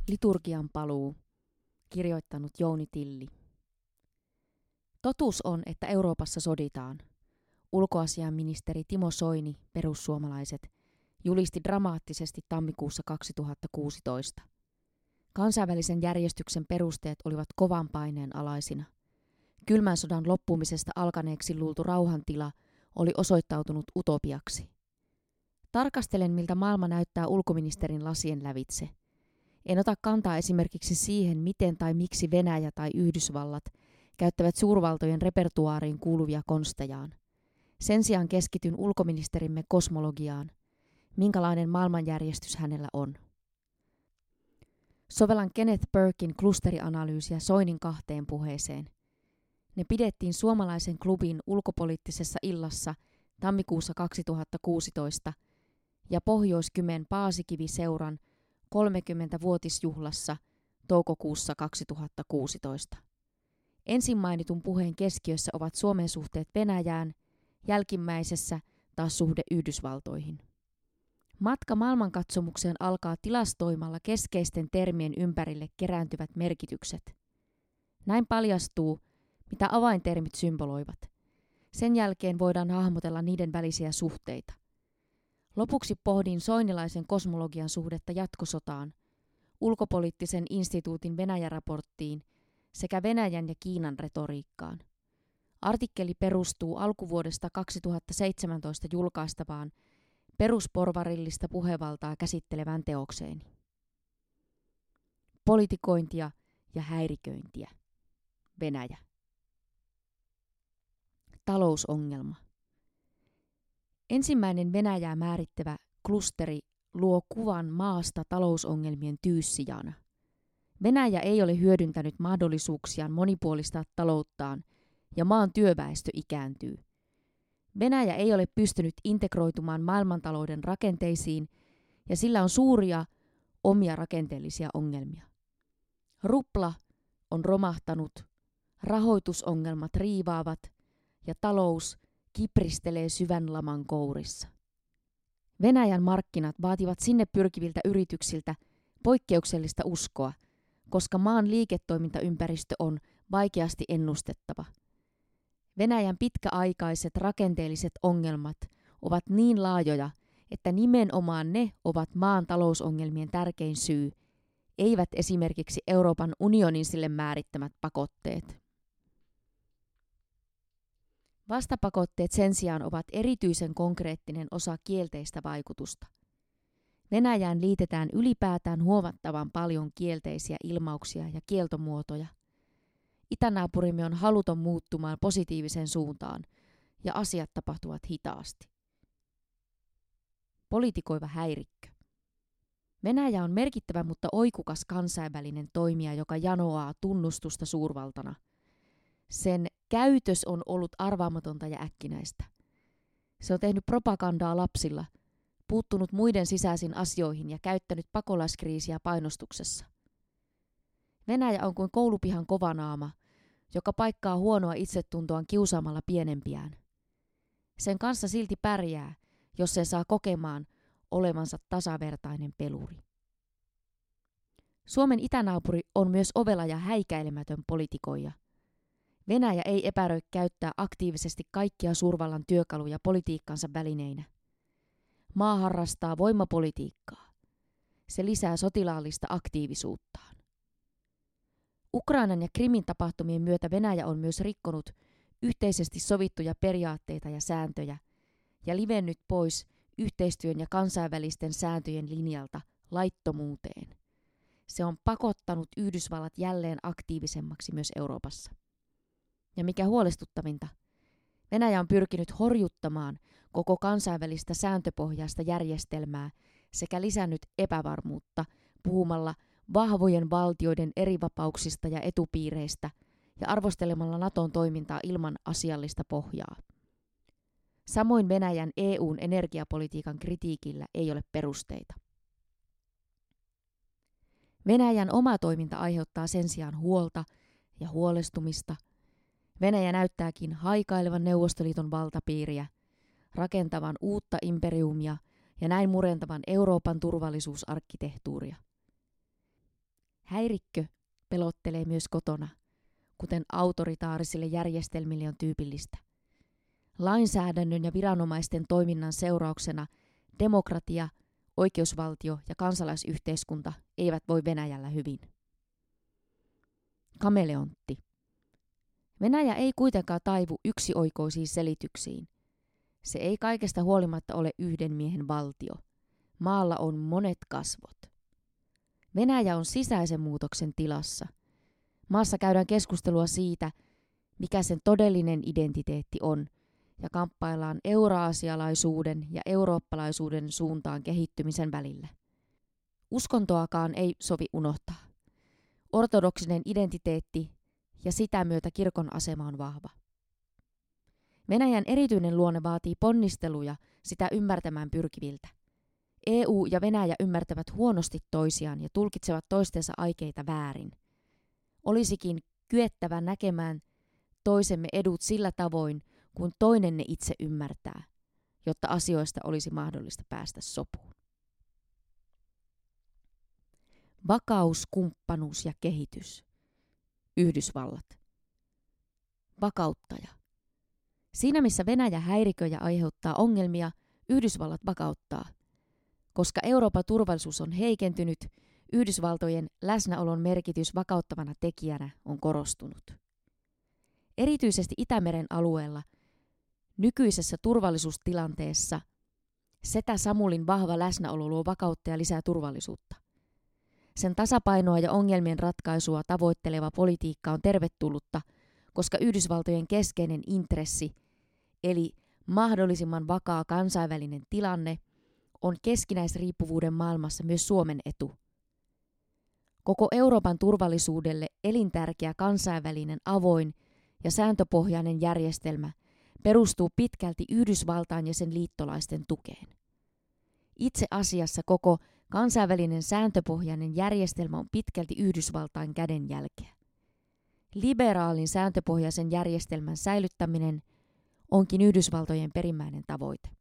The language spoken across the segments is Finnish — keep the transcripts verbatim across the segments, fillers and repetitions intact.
Liturgian paluu, kirjoittanut Jouni Tilli. Totuus on, että Euroopassa soditaan. Ulkoasiainministeri Timo Soini, perussuomalaiset, julisti dramaattisesti tammikuussa kaksituhattakuusitoista. Kansainvälisen järjestyksen perusteet olivat kovan paineen alaisina. Kylmän sodan loppumisesta alkaneeksi luultu rauhantila oli osoittautunut utopiaksi. Tarkastelen, miltä maailma näyttää ulkoministerin lasien lävitse. En ota kantaa esimerkiksi siihen, miten tai miksi Venäjä tai Yhdysvallat käyttävät suurvaltojen repertuaariin kuuluvia konstejaan. Sen sijaan keskityn ulkoministerimme kosmologiaan. Minkälainen maailmanjärjestys hänellä on? Sovellan Kenneth Burken klusterianalyysiä Soinin kahteen puheeseen. Ne pidettiin suomalaisen klubin ulkopoliittisessa illassa tammikuussa kaksituhattakuusitoista ja Pohjois-Kymen Paasikivi-seuran kolmekymmenvuotisjuhlassa toukokuussa kaksituhattakuusitoista. Ensin mainitun puheen keskiössä ovat Suomen suhteet Venäjään, jälkimmäisessä taas suhde Yhdysvaltoihin. Matka maailmankatsomukseen alkaa tilastoimalla keskeisten termien ympärille kerääntyvät merkitykset. Näin paljastuu, mitä avaintermit symboloivat. Sen jälkeen voidaan hahmotella niiden välisiä suhteita. Lopuksi pohdin soinilaisen kosmologian suhdetta jatkosotaan, ulkopoliittisen instituutin Venäjä-raporttiin sekä Venäjän ja Kiinan retoriikkaan. Artikkeli perustuu alkuvuodesta kaksituhattaseitsemäntoista julkaistavaan perusporvarillista puhevaltaa käsittelevään teokseeni. Politikointia ja häiriköintiä. Venäjä. Talousongelma. Ensimmäinen Venäjää määrittävä klusteri luo kuvan maasta talousongelmien tyyssijana. Venäjä ei ole hyödyntänyt mahdollisuuksiaan monipuolistaa talouttaan ja maan työväestö ikääntyy. Venäjä ei ole pystynyt integroitumaan maailmantalouden rakenteisiin ja sillä on suuria omia rakenteellisia ongelmia. Rupla on romahtanut, rahoitusongelmat riivaavat ja talous kipristelee syvän laman kourissa. Venäjän markkinat vaativat sinne pyrkiviltä yrityksiltä poikkeuksellista uskoa, koska maan liiketoimintaympäristö on vaikeasti ennustettava. Venäjän pitkäaikaiset rakenteelliset ongelmat ovat niin laajoja, että nimenomaan ne ovat maan talousongelmien tärkein syy, eivät esimerkiksi Euroopan unionin sille määrittämät pakotteet. Vastapakotteet sen sijaan ovat erityisen konkreettinen osa kielteistä vaikutusta. Venäjään liitetään ylipäätään huomattavan paljon kielteisiä ilmauksia ja kieltomuotoja. Itänaapurimme on haluton muuttumaan positiiviseen suuntaan ja asiat tapahtuvat hitaasti. Politikoiva häirikkö. Venäjä on merkittävä, mutta oikukas kansainvälinen toimija, joka janoaa tunnustusta suurvaltana. Sen käytös on ollut arvaamatonta ja äkkinäistä. Se on tehnyt propagandaa lapsilla, puuttunut muiden sisäisiin asioihin ja käyttänyt pakolaiskriisiä painostuksessa. Venäjä on kuin koulupihan kovanaama, joka paikkaa huonoa itsetuntoaan kiusaamalla pienempiään. Sen kanssa silti pärjää, jos se saa kokemaan olevansa tasavertainen peluri. Suomen itänaapuri on myös ovela ja häikäilemätön politikoija. Venäjä ei epäröi käyttää aktiivisesti kaikkia suurvallan työkaluja politiikkansa välineinä. Maa harrastaa voimapolitiikkaa. Se lisää sotilaallista aktiivisuuttaan. Ukrainan ja Krimin tapahtumien myötä Venäjä on myös rikkonut yhteisesti sovittuja periaatteita ja sääntöjä ja livennyt pois yhteistyön ja kansainvälisten sääntöjen linjalta laittomuuteen. Se on pakottanut Yhdysvallat jälleen aktiivisemmaksi myös Euroopassa. Ja mikä huolestuttavinta, Venäjä on pyrkinyt horjuttamaan koko kansainvälistä sääntöpohjaista järjestelmää sekä lisännyt epävarmuutta puhumalla vahvojen valtioiden erivapauksista ja etupiireistä ja arvostelemalla Naton toimintaa ilman asiallista pohjaa. Samoin Venäjän E U:n energiapolitiikan kritiikillä ei ole perusteita. Venäjän oma toiminta aiheuttaa sen sijaan huolta ja huolestumista. Venäjä näyttääkin haikailevan Neuvostoliiton valtapiiriä, rakentavan uutta imperiumia ja näin murentavan Euroopan turvallisuusarkkitehtuuria. Häirikkö pelottelee myös kotona, kuten autoritaarisille järjestelmille on tyypillistä. Lainsäädännön ja viranomaisten toiminnan seurauksena demokratia, oikeusvaltio ja kansalaisyhteiskunta eivät voi Venäjällä hyvin. Kameleontti. Venäjä ei kuitenkaan taivu yksioikoisiin selityksiin. Se ei kaikesta huolimatta ole yhden miehen valtio. Maalla on monet kasvot. Venäjä on sisäisen muutoksen tilassa. Maassa käydään keskustelua siitä, mikä sen todellinen identiteetti on, ja kamppaillaan euraasialaisuuden ja eurooppalaisuuden suuntaan kehittymisen välillä. Uskontoakaan ei sovi unohtaa. Ortodoksinen identiteetti ja sitä myötä kirkon asema on vahva. Venäjän erityinen luonne vaatii ponnisteluja sitä ymmärtämään pyrkiviltä. E U ja Venäjä ymmärtävät huonosti toisiaan ja tulkitsevat toistensa aikeita väärin. Olisikin kyettävä näkemään toisemme edut sillä tavoin, kun toinen ne itse ymmärtää, jotta asioista olisi mahdollista päästä sopuun. Vakaus, kumppanuus ja kehitys. Yhdysvallat. Vakauttaja. Siinä missä Venäjä häiriköjä aiheuttaa ongelmia, Yhdysvallat vakauttaa. Koska Euroopan turvallisuus on heikentynyt, Yhdysvaltojen läsnäolon merkitys vakauttavana tekijänä on korostunut. Erityisesti Itämeren alueella nykyisessä turvallisuustilanteessa setä Samulin vahva läsnäolo luo vakautta ja lisää turvallisuutta. Sen tasapainoa ja ongelmien ratkaisua tavoitteleva politiikka on tervetullutta, koska Yhdysvaltojen keskeinen intressi, eli mahdollisimman vakaa kansainvälinen tilanne, on keskinäisriippuvuuden maailmassa myös Suomen etu. Koko Euroopan turvallisuudelle elintärkeä kansainvälinen avoin ja sääntöpohjainen järjestelmä perustuu pitkälti Yhdysvaltain ja sen liittolaisten tukeen. Itse asiassa koko kansainvälinen sääntöpohjainen järjestelmä on pitkälti Yhdysvaltain kädenjälkeä. Liberaalin sääntöpohjaisen järjestelmän säilyttäminen onkin Yhdysvaltojen perimmäinen tavoite.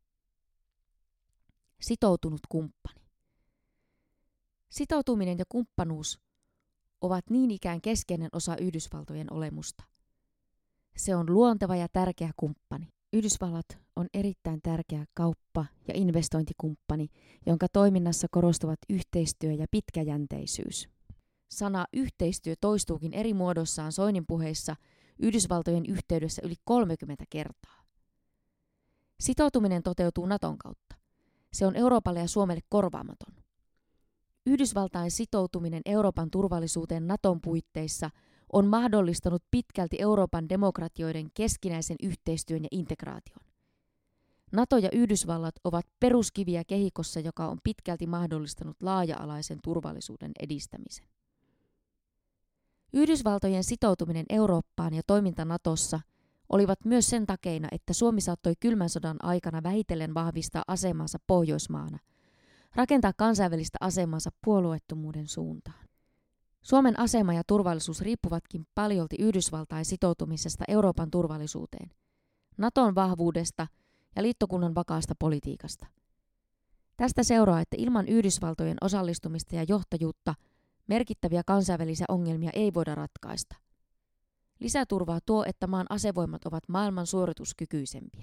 Sitoutunut kumppani. Sitoutuminen ja kumppanuus ovat niin ikään keskeinen osa Yhdysvaltojen olemusta. Se on luonteva ja tärkeä kumppani. Yhdysvallat on erittäin tärkeä kauppa- ja investointikumppani, jonka toiminnassa korostuvat yhteistyö ja pitkäjänteisyys. Sana yhteistyö toistuukin eri muodossaan Soinin puheissa Yhdysvaltojen yhteydessä yli kolmekymmentä kertaa. Sitoutuminen toteutuu Naton kautta. Se on Euroopalle ja Suomelle korvaamaton. Yhdysvaltain sitoutuminen Euroopan turvallisuuteen Naton puitteissa on mahdollistanut pitkälti Euroopan demokratioiden keskinäisen yhteistyön ja integraation. NATO ja Yhdysvallat ovat peruskiviä kehikossa, joka on pitkälti mahdollistanut laaja-alaisen turvallisuuden edistämisen. Yhdysvaltojen sitoutuminen Eurooppaan ja toiminta Natossa olivat myös sen takeina, että Suomi saattoi kylmän sodan aikana vähitellen vahvistaa asemansa Pohjoismaana, rakentaa kansainvälistä asemansa puolueettomuuden suuntaan. Suomen asema ja turvallisuus riippuvatkin paljolti Yhdysvaltain sitoutumisesta Euroopan turvallisuuteen, Naton vahvuudesta ja liittokunnan vakaasta politiikasta. Tästä seuraa, että ilman Yhdysvaltojen osallistumista ja johtajuutta merkittäviä kansainvälisiä ongelmia ei voida ratkaista. Lisäturvaa tuo, että maan asevoimat ovat maailman suorituskykyisempiä.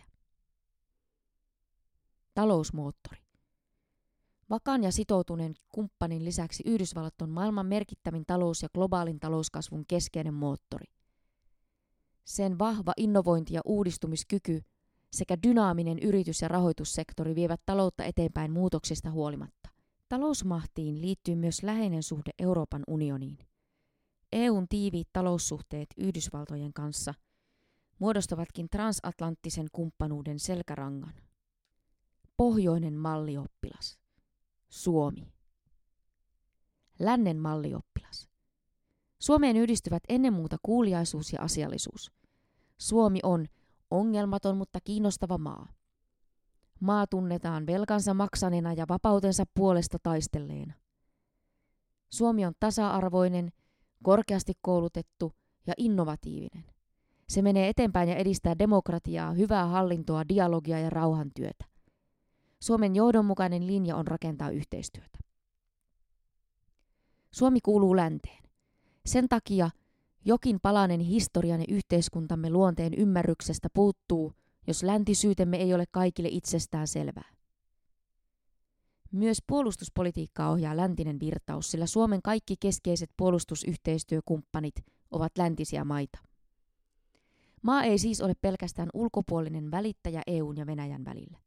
Talousmoottori. Vakaan ja sitoutuneen kumppanin lisäksi Yhdysvallat on maailman merkittävin talous ja globaalin talouskasvun keskeinen moottori. Sen vahva innovointi- ja uudistumiskyky sekä dynaaminen yritys- ja rahoitussektori vievät taloutta eteenpäin muutoksista huolimatta. Talousmahtiin liittyy myös läheinen suhde Euroopan unioniin. E U:n tiiviit taloussuhteet Yhdysvaltojen kanssa muodostavatkin transatlanttisen kumppanuuden selkärangan. Pohjoinen mallioppilas. Suomi. Lännen mallioppilas. Suomeen yhdistyvät ennen muuta kuuliaisuus ja asiallisuus. Suomi on ongelmaton, mutta kiinnostava maa. Maa tunnetaan velkansa maksaneena ja vapautensa puolesta taistelleena. Suomi on tasa-arvoinen, korkeasti koulutettu ja innovatiivinen. Se menee eteenpäin ja edistää demokratiaa, hyvää hallintoa, dialogia ja rauhantyötä. Suomen johdonmukainen linja on rakentaa yhteistyötä. Suomi kuuluu länteen. Sen takia jokin palanen historian ja yhteiskuntamme luonteen ymmärryksestä puuttuu, jos läntisyytemme ei ole kaikille itsestään selvää. Myös puolustuspolitiikkaa ohjaa läntinen virtaus, sillä Suomen kaikki keskeiset puolustusyhteistyökumppanit ovat läntisiä maita. Maa ei siis ole pelkästään ulkopuolinen välittäjä E U:n ja Venäjän välillä.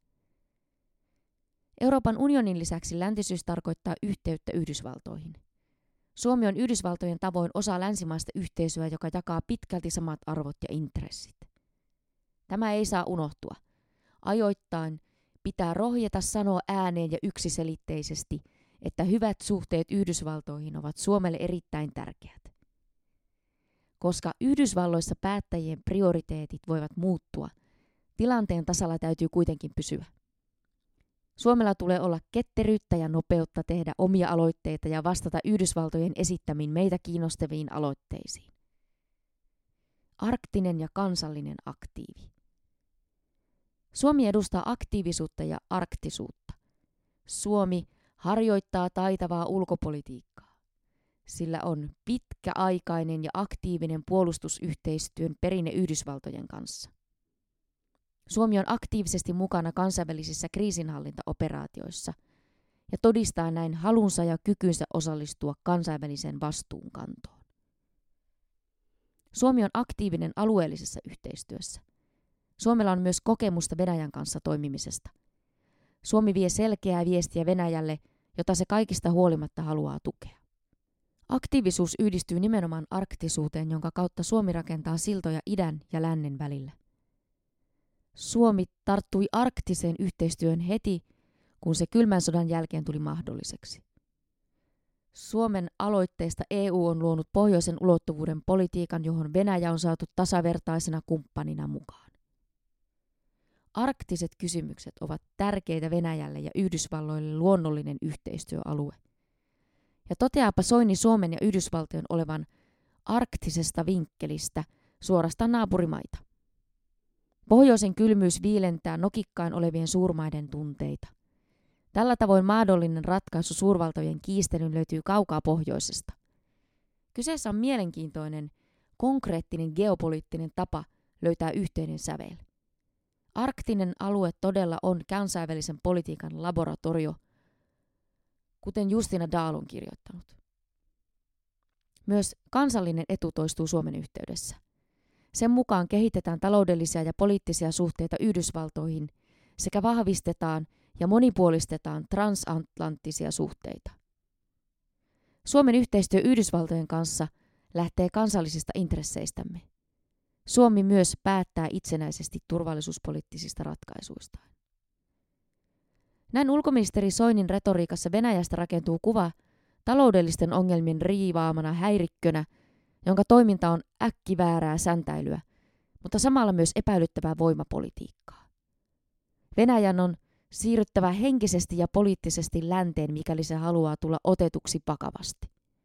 Euroopan unionin lisäksi läntisyys tarkoittaa yhteyttä Yhdysvaltoihin. Suomi on Yhdysvaltojen tavoin osa länsimaista yhteisöä, joka jakaa pitkälti samat arvot ja intressit. Tämä ei saa unohtua. Ajoittain pitää rohjeta sanoa ääneen ja yksiselitteisesti, että hyvät suhteet Yhdysvaltoihin ovat Suomelle erittäin tärkeät. Koska Yhdysvalloissa päättäjien prioriteetit voivat muuttua, tilanteen tasalla täytyy kuitenkin pysyä. Suomella tulee olla ketteryyttä ja nopeutta tehdä omia aloitteita ja vastata Yhdysvaltojen esittämiin meitä kiinnostaviin aloitteisiin. Arktinen ja kansallinen aktiivi. Suomi edustaa aktiivisuutta ja arktisuutta. Suomi harjoittaa taitavaa ulkopolitiikkaa. Sillä on pitkäaikainen ja aktiivinen puolustusyhteistyön perinne Yhdysvaltojen kanssa. Suomi on aktiivisesti mukana kansainvälisissä kriisinhallintaoperaatioissa ja todistaa näin halunsa ja kykynsä osallistua kansainväliseen vastuunkantoon. Suomi on aktiivinen alueellisessa yhteistyössä. Suomella on myös kokemusta Venäjän kanssa toimimisesta. Suomi vie selkeää viestiä Venäjälle, jota se kaikista huolimatta haluaa tukea. Aktiivisuus yhdistyy nimenomaan arktisuuteen, jonka kautta Suomi rakentaa siltoja idän ja lännen välillä. Suomi tarttui arktiseen yhteistyön heti, kun se kylmän sodan jälkeen tuli mahdolliseksi. Suomen aloitteesta E U on luonut pohjoisen ulottuvuuden politiikan, johon Venäjä on saatu tasavertaisena kumppanina mukaan. Arktiset kysymykset ovat tärkeitä Venäjälle ja Yhdysvalloille luonnollinen yhteistyöalue. Ja toteaapa Soini Suomen ja Yhdysvaltojen olevan arktisesta vinkkelistä suorastaan naapurimaita. Pohjoisen kylmyys viilentää nokikkain olevien suurmaiden tunteita. Tällä tavoin mahdollinen ratkaisu suurvaltojen kiistelyyn löytyy kaukaa pohjoisesta. Kyseessä on mielenkiintoinen, konkreettinen geopoliittinen tapa löytää yhteinen sävel. Arktinen alue todella on kansainvälisen politiikan laboratorio, kuten Justina Dahl on kirjoittanut. Myös kansallinen etu toistuu Suomen yhteydessä. Sen mukaan kehitetään taloudellisia ja poliittisia suhteita Yhdysvaltoihin sekä vahvistetaan ja monipuolistetaan transatlanttisia suhteita. Suomen yhteistyö Yhdysvaltojen kanssa lähtee kansallisista intresseistämme. Suomi myös päättää itsenäisesti turvallisuuspoliittisista ratkaisuistaan. Näin ulkoministeri Soinin retoriikassa Venäjästä rakentuu kuva taloudellisten ongelmien riivaamana häirikkönä, jonka toiminta on äkkiväärää säntäilyä, mutta samalla myös epäilyttävää voimapolitiikkaa. Venäjän on siirryttävä henkisesti ja poliittisesti länteen, mikäli se haluaa tulla otetuksi vakavasti.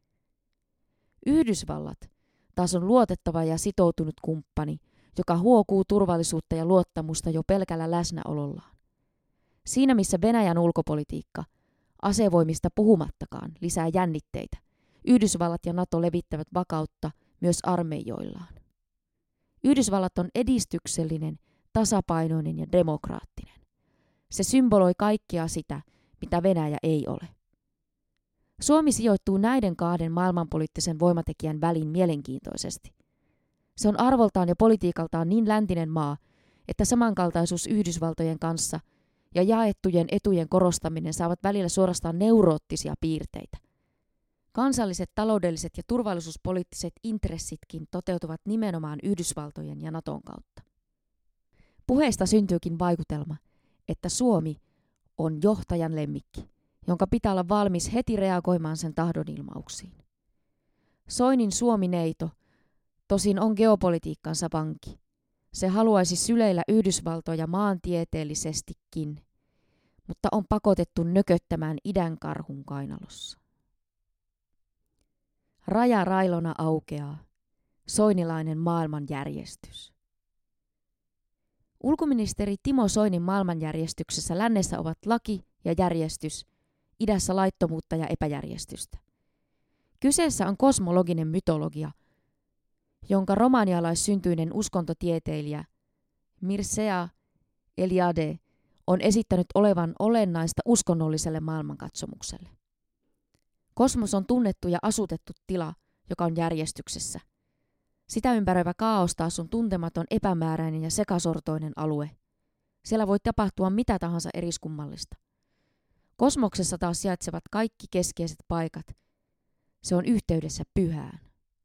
Yhdysvallat taas on luotettava ja sitoutunut kumppani, joka huokuu turvallisuutta ja luottamusta jo pelkällä läsnäolollaan. Siinä missä Venäjän ulkopolitiikka, asevoimista puhumattakaan, lisää jännitteitä, Yhdysvallat ja NATO levittävät vakautta myös armeijoillaan. Yhdysvallat on edistyksellinen, tasapainoinen ja demokraattinen. Se symboloi kaikkea sitä, mitä Venäjä ei ole. Suomi sijoittuu näiden kahden maailmanpoliittisen voimatekijän väliin mielenkiintoisesti. Se on arvoltaan ja politiikaltaan niin läntinen maa, että samankaltaisuus Yhdysvaltojen kanssa ja jaettujen etujen korostaminen saavat välillä suorastaan neuroottisia piirteitä. Kansalliset, taloudelliset ja turvallisuuspoliittiset intressitkin toteutuvat nimenomaan Yhdysvaltojen ja Naton kautta. Puheesta syntyykin vaikutelma, että Suomi on johtajan lemmikki, jonka pitää olla valmis heti reagoimaan sen tahdonilmauksiin. Soinin Suomi-neito tosin on geopolitiikkansa vanki. Se haluaisi syleillä Yhdysvaltoja maantieteellisestikin, mutta on pakotettu nököttämään idän karhun kainalossa. Raja railona aukeaa. Soinilainen maailmanjärjestys. Ulkoministeri Timo Soinin maailmanjärjestyksessä lännessä ovat laki ja järjestys, idässä laittomuutta ja epäjärjestystä. Kyseessä on kosmologinen mytologia, jonka romanialaissyntyinen uskontotieteilijä Mircea Eliade on esittänyt olevan olennaista uskonnolliselle maailmankatsomukselle. Kosmos on tunnettu ja asutettu tila, joka on järjestyksessä. Sitä ympäröivä kaos taas on tuntematon, epämääräinen ja sekasortoinen alue. Siellä voi tapahtua mitä tahansa eriskummallista. Kosmoksessa taas sijaitsevat kaikki keskeiset paikat. Se on yhteydessä pyhään.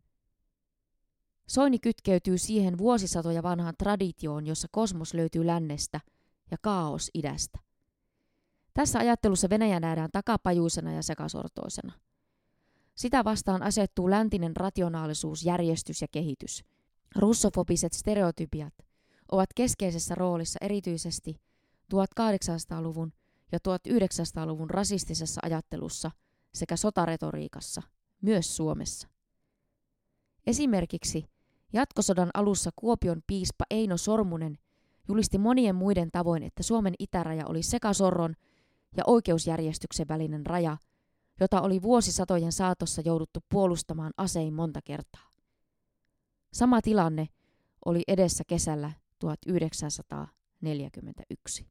Soini kytkeytyy siihen vuosisatoja vanhaan traditioon, jossa kosmos löytyy lännestä ja kaos idästä. Tässä ajattelussa Venäjä nähdään takapajuisena ja sekasortoisena. Sitä vastaan asettuu läntinen rationaalisuus, järjestys ja kehitys. Russofobiset stereotypiat ovat keskeisessä roolissa erityisesti tuhatkahdeksansataaluvun ja tuhatyhdeksänsataaluvun rasistisessa ajattelussa sekä sotaretoriikassa, myös Suomessa. Esimerkiksi jatkosodan alussa Kuopion piispa Eino Sormunen julisti monien muiden tavoin, että Suomen itäraja oli sekasorron ja oikeusjärjestyksen välinen raja, jota oli vuosisatojen saatossa jouduttu puolustamaan asein monta kertaa. Sama tilanne oli edessä kesällä tuhatyhdeksänsataaneljäkymmentäyksi.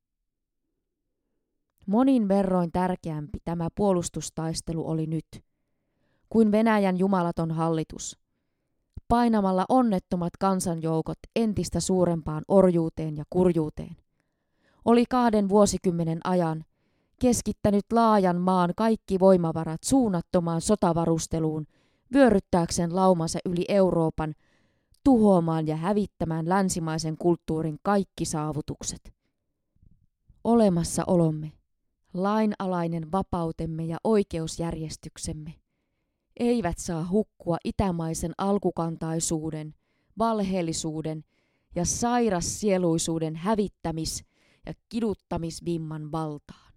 Monin verroin tärkeämpi tämä puolustustaistelu oli nyt, kuin Venäjän jumalaton hallitus, painamalla onnettomat kansanjoukot entistä suurempaan orjuuteen ja kurjuuteen, oli kahden vuosikymmenen ajan keskittänyt laajan maan kaikki voimavarat suunnattomaan sotavarusteluun, vyöryttääkseen laumansa yli Euroopan, tuhoamaan ja hävittämään länsimaisen kulttuurin kaikki saavutukset. Olemassaolomme, lainalainen vapautemme ja oikeusjärjestyksemme eivät saa hukkua itämaisen alkukantaisuuden, valheellisuuden ja sairassieluisuuden hävittämis- ja kiduttamisvimman valtaan.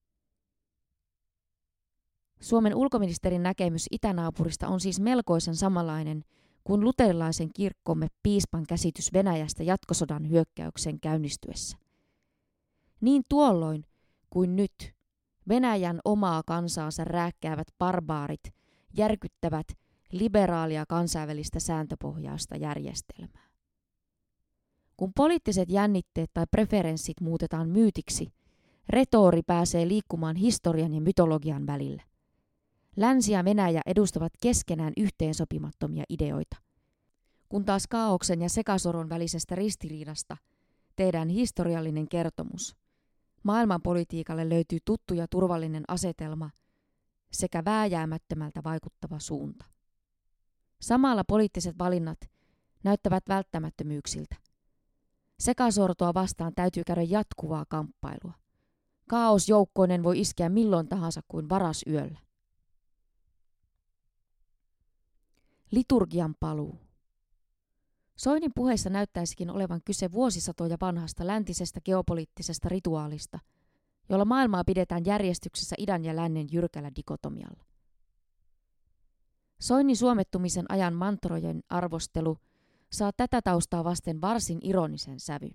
Suomen ulkoministerin näkemys itänaapurista on siis melkoisen samanlainen kuin luterilaisen kirkkomme piispan käsitys Venäjästä jatkosodan hyökkäyksen käynnistyessä. Niin tuolloin kuin nyt Venäjän omaa kansaansa rääkkäävät barbaarit järkyttävät liberaalia kansainvälistä sääntöpohjaista järjestelmää. Kun poliittiset jännitteet tai preferenssit muutetaan myytiksi, retori pääsee liikkumaan historian ja mytologian välillä. Länsi ja Venäjä edustavat keskenään yhteensopimattomia ideoita. Kun taas kaaoksen ja sekasoron välisestä ristiriidasta tehdään historiallinen kertomus, maailmanpolitiikalle löytyy tuttu ja turvallinen asetelma sekä vääjäämättömältä vaikuttava suunta. Samalla poliittiset valinnat näyttävät välttämättömyyksiltä. Sekasortoa vastaan täytyy käydä jatkuvaa kamppailua. Kaos joukkoinen voi iskeä milloin tahansa kuin varasyöllä. Liturgian paluu. Soinin puheissa näyttäisikin olevan kyse vuosisatoja vanhasta läntisestä geopoliittisesta rituaalista, jolla maailmaa pidetään järjestyksessä idän ja lännen jyrkällä dikotomialla. Soinin suomettumisen ajan mantrojen arvostelu saa tätä taustaa vasten varsin ironisen sävyn.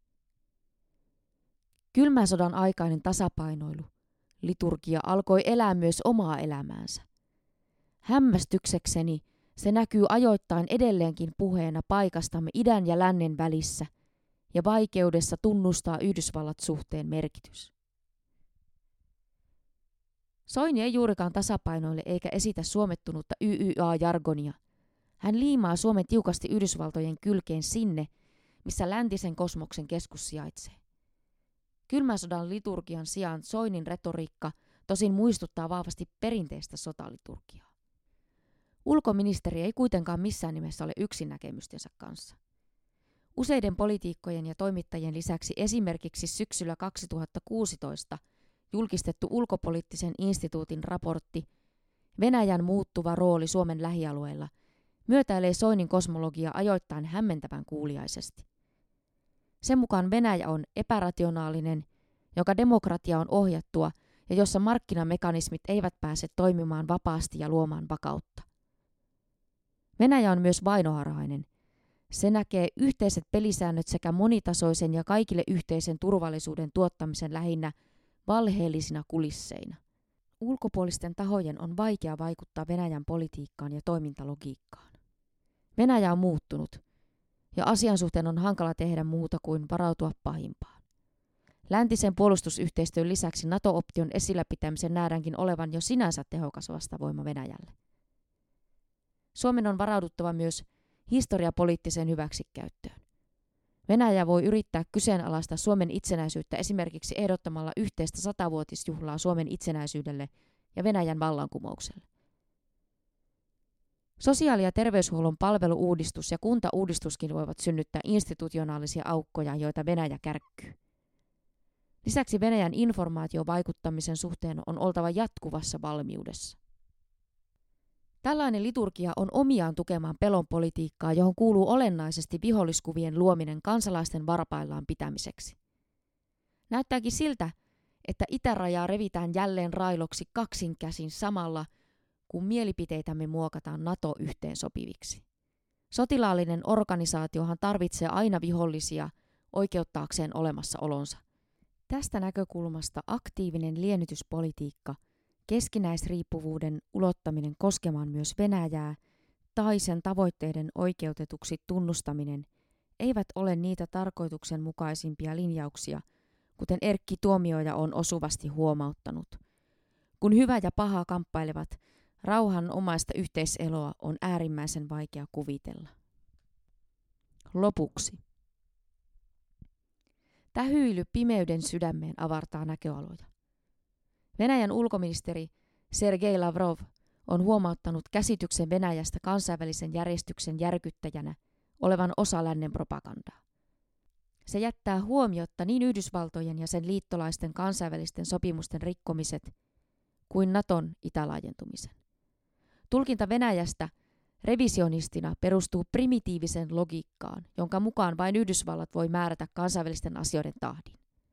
Kylmän sodan aikainen tasapainoilu, liturgia alkoi elää myös omaa elämäänsä. Hämmästyksekseni se näkyy ajoittain edelleenkin puheena paikastamme idän ja lännen välissä ja vaikeudessa tunnustaa Yhdysvallat suhteen merkitys. Soini ei juurikaan tasapainoille eikä esitä suomettunutta Y Y A-jargonia. Hän liimaa Suomen tiukasti Yhdysvaltojen kylkeen sinne, missä läntisen kosmoksen keskus sijaitsee. Kylmän sodan liturgian sijaan Soinin retoriikka tosin muistuttaa vahvasti perinteistä sotaliturgiaa. Ulkoministeri ei kuitenkaan missään nimessä ole yksin näkemystensä kanssa. Useiden poliitikkojen ja toimittajien lisäksi esimerkiksi syksyllä kaksituhattakuusitoista julkistettu ulkopoliittisen instituutin raportti Venäjän muuttuva rooli Suomen lähialueilla myötäilee Soinin kosmologia ajoittain hämmentävän kuuliaisesti. Sen mukaan Venäjä on epärationaalinen, joka demokratia on ohjattua ja jossa markkinamekanismit eivät pääse toimimaan vapaasti ja luomaan vakautta. Venäjä on myös vainoharhainen. Se näkee yhteiset pelisäännöt sekä monitasoisen ja kaikille yhteisen turvallisuuden tuottamisen lähinnä valheellisina kulisseina. Ulkopuolisten tahojen on vaikea vaikuttaa Venäjän politiikkaan ja toimintalogiikkaan. Venäjä on muuttunut, ja asian suhteen on hankala tehdä muuta kuin varautua pahimpaan. Läntisen puolustusyhteistyön lisäksi NATO-option esillä pitämisen nähdäänkin olevan jo sinänsä tehokas vastavoima Venäjälle. Suomen on varauduttava myös historiapoliittiseen hyväksikäyttöön. Venäjä voi yrittää kyseenalaistaa Suomen itsenäisyyttä esimerkiksi ehdottamalla yhteistä satavuotisjuhlaa Suomen itsenäisyydelle ja Venäjän vallankumoukselle. Sosiaali- ja terveyshuollon palvelu-uudistus ja kuntauudistuskin voivat synnyttää institutionaalisia aukkoja, joita Venäjä kärkkyy. Lisäksi Venäjän informaatiovaikuttamisen suhteen on oltava jatkuvassa valmiudessa. Tällainen liturgia on omiaan tukemaan pelon politiikkaa, johon kuuluu olennaisesti viholliskuvien luominen kansalaisten varpaillaan pitämiseksi. Näyttääkin siltä, että itärajaa revitään jälleen railoksi kaksin käsin samalla, kun mielipiteitämme muokataan NATO-yhteensopiviksi. Sotilaallinen organisaatiohan tarvitsee aina vihollisia oikeuttaakseen olemassaolonsa. Tästä näkökulmasta aktiivinen liennytyspolitiikka, keskinäisriippuvuuden ulottaminen koskemaan myös Venäjää tai sen tavoitteiden oikeutetuksi tunnustaminen eivät ole niitä tarkoituksenmukaisimpia linjauksia, kuten Erkki Tuomioja on osuvasti huomauttanut. Kun hyvä ja paha kamppailevat, rauhanomaista yhteiseloa on äärimmäisen vaikea kuvitella. Lopuksi. Tähyily pimeyden sydämeen avartaa näköaloja. Venäjän ulkoministeri Sergei Lavrov on huomauttanut käsityksen Venäjästä kansainvälisen järjestyksen järkyttäjänä olevan osa lännen propagandaa. Se jättää huomiotta niin Yhdysvaltojen ja sen liittolaisten kansainvälisten sopimusten rikkomiset kuin Naton itälaajentumisen. Tulkinta Venäjästä revisionistina perustuu primitiiviseen logiikkaan, jonka mukaan vain Yhdysvallat voi määrätä kansainvälisten asioiden tahdin.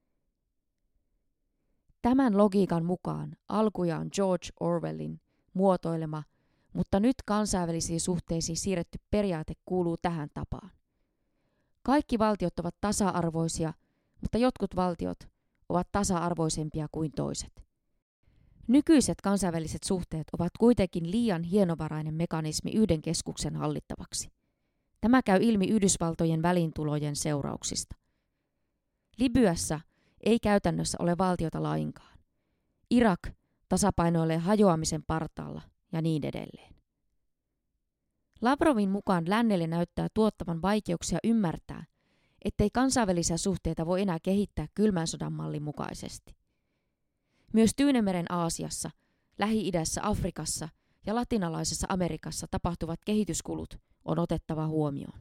Tämän logiikan mukaan alkujaan George Orwellin muotoilema, mutta nyt kansainvälisiin suhteisiin siirretty periaate kuuluu tähän tapaan. Kaikki valtiot ovat tasa-arvoisia, mutta jotkut valtiot ovat tasa-arvoisempia kuin toiset. Nykyiset kansainväliset suhteet ovat kuitenkin liian hienovarainen mekanismi yhden keskuksen hallittavaksi. Tämä käy ilmi Yhdysvaltojen väliintulojen seurauksista. Libyassa ei käytännössä ole valtiota lainkaan. Irak tasapainoilee hajoamisen partaalla ja niin edelleen. Lavrovin mukaan lännelle näyttää tuottavan vaikeuksia ymmärtää, ettei kansainvälisiä suhteita voi enää kehittää kylmän sodan mallin mukaisesti. Myös Tyynemeren Aasiassa, Lähi-idässä, Afrikassa ja latinalaisessa Amerikassa tapahtuvat kehityskulut on otettava huomioon.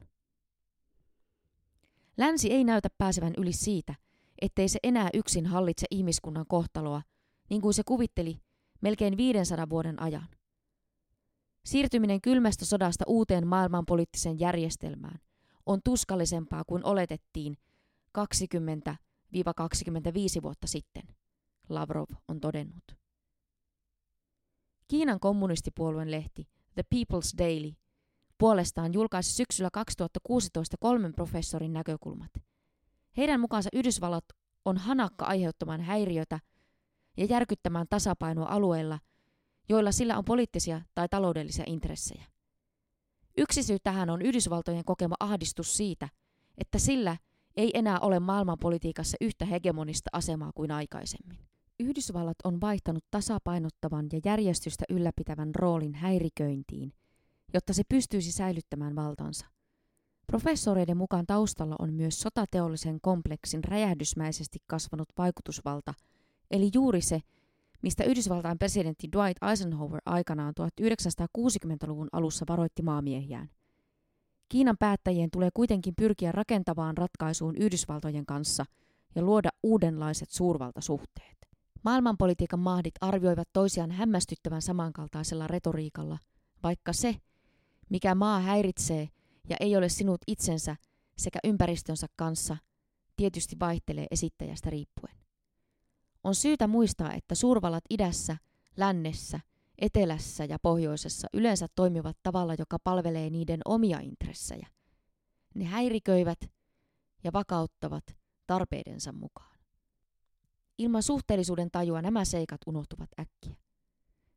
Länsi ei näytä pääsevän yli siitä, ettei se enää yksin hallitse ihmiskunnan kohtaloa, niin kuin se kuvitteli melkein viidensadan vuoden ajan. Siirtyminen kylmästä sodasta uuteen maailmanpoliittiseen järjestelmään on tuskallisempaa kuin oletettiin kaksikymmentä kaksikymmentäviisi vuotta sitten, Lavrov on todennut. Kiinan kommunistipuolueen lehti The People's Daily puolestaan julkaisi syksyllä kaksituhattakuusitoista kolmen professorin näkökulmat. Heidän mukaansa Yhdysvallat on hanakka aiheuttamaan häiriötä ja järkyttämään tasapainoa alueilla, joilla sillä on poliittisia tai taloudellisia intressejä. Yksi syy tähän on Yhdysvaltojen kokema ahdistus siitä, että sillä ei enää ole maailmanpolitiikassa yhtä hegemonista asemaa kuin aikaisemmin. Yhdysvallat on vaihtanut tasapainottavan ja järjestystä ylläpitävän roolin häiriköintiin, jotta se pystyisi säilyttämään valtansa. Professoreiden mukaan taustalla on myös sotateollisen kompleksin räjähdysmäisesti kasvanut vaikutusvalta, eli juuri se, mistä Yhdysvaltain presidentti Dwight Eisenhower aikanaan tuhatyhdeksänsataakuusikymmentäluvun alussa varoitti maamiehiään. Kiinan päättäjien tulee kuitenkin pyrkiä rakentavaan ratkaisuun Yhdysvaltojen kanssa ja luoda uudenlaiset suurvaltasuhteet. Maailmanpolitiikan mahdit arvioivat toisiaan hämmästyttävän samankaltaisella retoriikalla, vaikka se, mikä maa häiritsee ja ei ole sinut itsensä sekä ympäristönsä kanssa, tietysti vaihtelee esittäjästä riippuen. On syytä muistaa, että suurvallat idässä, lännessä, etelässä ja pohjoisessa yleensä toimivat tavalla, joka palvelee niiden omia intressejä. Ne häiriköivät ja vakauttavat tarpeidensa mukaan. Ilman suhteellisuuden tajua nämä seikat unohtuvat äkkiä.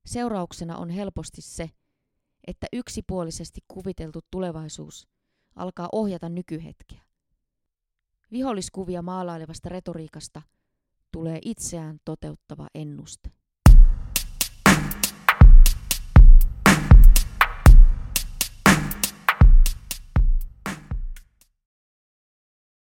Seurauksena on helposti se, että yksipuolisesti kuviteltu tulevaisuus alkaa ohjata nykyhetkeä. Viholliskuvia maalailevasta retoriikasta tulee itseään toteuttava ennuste.